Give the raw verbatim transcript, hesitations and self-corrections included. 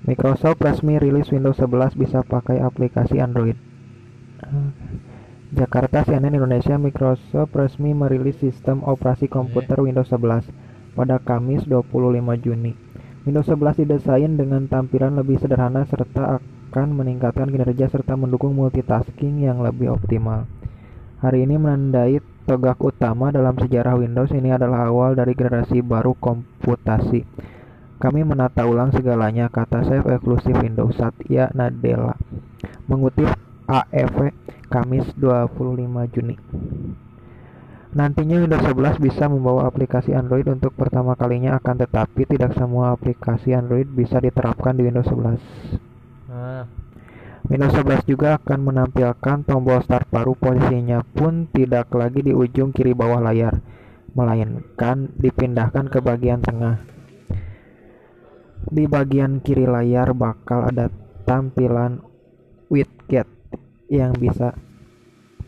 Microsoft resmi rilis Windows sebelas bisa pakai aplikasi Android. Jakarta, C N N Indonesia. Microsoft resmi merilis sistem operasi komputer Windows sebelas pada Kamis dua puluh lima Juni. Windows sebelas didesain dengan tampilan lebih sederhana serta akan meningkatkan kinerja serta mendukung multitasking yang lebih optimal. Hari ini menandai tonggak utama dalam sejarah Windows. Ini adalah awal dari generasi baru komputasi. Kami menata ulang segalanya, kata Chief Eksklusif Windows Satya Nadella mengutip A F P Kamis dua puluh lima Juni. Nantinya Windows sebelas bisa membawa aplikasi Android untuk pertama kalinya, akan tetapi tidak semua aplikasi Android bisa diterapkan di Windows sebelas. Nah, Windows sebelas juga akan menampilkan tombol start baru, posisinya pun tidak lagi di ujung kiri bawah layar, melainkan dipindahkan ke bagian tengah. Di bagian kiri layar bakal ada tampilan widget yang bisa